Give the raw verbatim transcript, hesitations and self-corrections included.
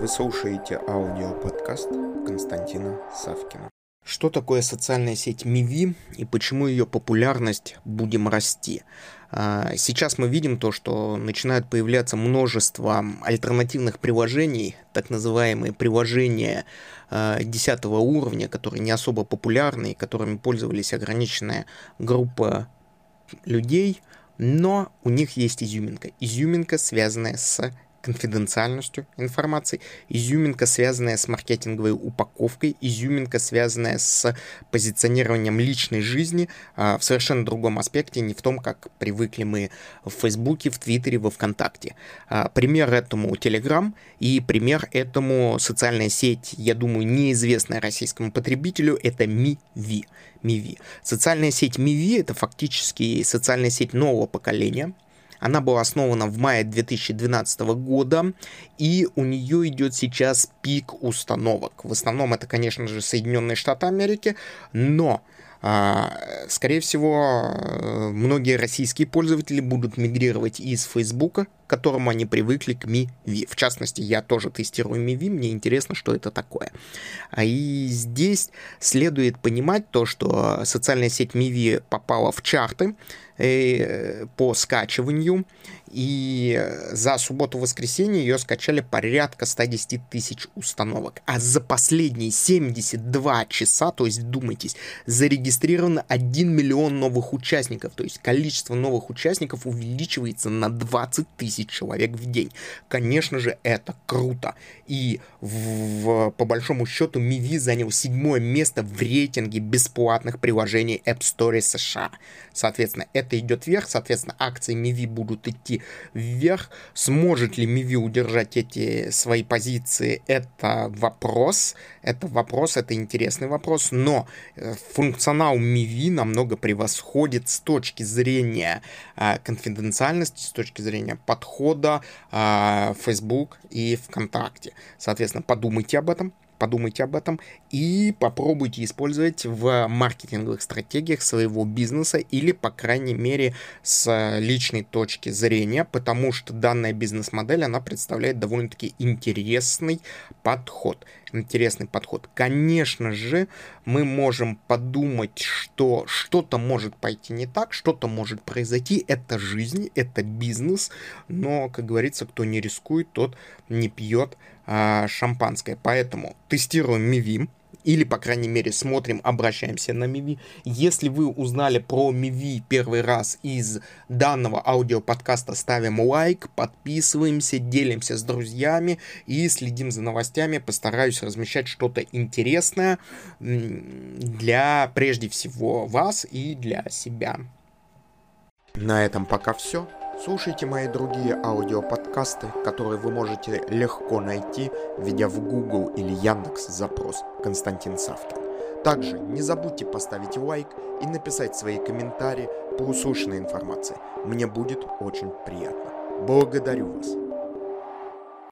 Вы слушаете аудиоподкаст Константина Савкина. Что такое социальная сеть Миви и почему ее популярность будем расти? Сейчас мы видим то, что начинают появляться множество альтернативных приложений, так называемые приложения десятого уровня, которые не особо популярны, которыми пользовались ограниченная группа людей, но у них есть изюминка. Изюминка, связанная с конфиденциальностью информации, изюминка, связанная с маркетинговой упаковкой, изюминка, связанная с позиционированием личной жизни а, в совершенно другом аспекте, не в том, как привыкли мы в Фейсбуке, в Твиттере, во ВКонтакте. А, пример этому Telegram и пример этому социальная сеть, я думаю, неизвестная российскому потребителю, это Миви. Миви. Социальная сеть Миви — это фактически социальная сеть нового поколения. Она была основана в мае две тысячи двенадцатого года, и у нее идет сейчас пик установок. В основном это, конечно же, Соединенные Штаты Америки, но, скорее всего, многие российские пользователи будут мигрировать из Фейсбука, к которому они привыкли, к Миви. В частности, я тоже тестирую Миви, мне интересно, что это такое. И здесь следует понимать то, что социальная сеть Миви попала в чарты по скачиванию, и за субботу-воскресенье ее скачали порядка сто десять тысяч установок. А за последние семьдесят два часа, то есть, вдумайтесь, зарегистрировано один миллион новых участников, то есть количество новых участников увеличивается на двадцать тысяч человек в день. Конечно же, это круто. И в, по большому счету Миви занял седьмое место в рейтинге бесплатных приложений App Store США. Соответственно, это идет вверх, соответственно, акции Миви будут идти вверх. Сможет ли Миви удержать эти свои позиции? Это вопрос. Это вопрос, это интересный вопрос. Но функционал Миви намного превосходит с точки зрения а, конфиденциальности, с точки зрения подхода а, Facebook и ВКонтакте. Соответственно, подумайте об этом. Подумайте об этом и попробуйте использовать в маркетинговых стратегиях своего бизнеса или, по крайней мере, с личной точки зрения, потому что данная бизнес-модель, она представляет довольно-таки интересный подход. Интересный подход. Конечно же, мы можем подумать, что что-то может пойти не так, что-то может произойти. Это жизнь, это бизнес, но, как говорится, кто не рискует, тот не пьет а, шампанское. Поэтому тестируем Миви. Или, по крайней мере, смотрим, обращаемся на Миви. Если вы узнали про Миви первый раз из данного аудиоподкаста, ставим лайк, подписываемся, делимся с друзьями и следим за новостями. Постараюсь размещать что-то интересное для, прежде всего, вас и для себя. На этом пока все. Слушайте мои другие аудиоподкасты, которые вы можете легко найти, введя в Google или Яндекс запрос «Константин Савкин». Также не забудьте поставить лайк и написать свои комментарии по услышанной информации. Мне будет очень приятно. Благодарю вас.